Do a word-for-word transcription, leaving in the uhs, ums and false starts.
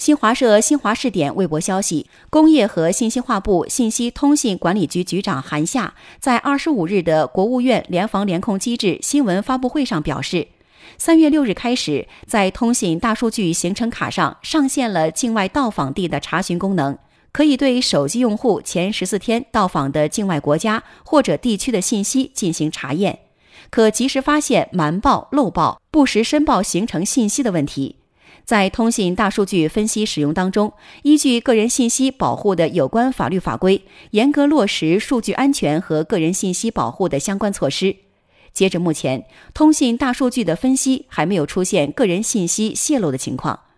新华社新华视点微博消息，工业和信息化部信息通信管理局局长韩夏在二十五日的国务院联防联控机制新闻发布会上表示，三月六日开始，在通信大数据行程卡上上线了境外到访地的查询功能，可以对手机用户前十四天到访的境外国家或者地区的信息进行查验，可及时发现瞒报、漏报、不实申报行程信息的问题。在通信大数据分析使用当中，依据个人信息保护的有关法律法规，严格落实数据安全和个人信息保护的相关措施。截至目前，通信大数据的分析还没有出现个人信息泄露的情况。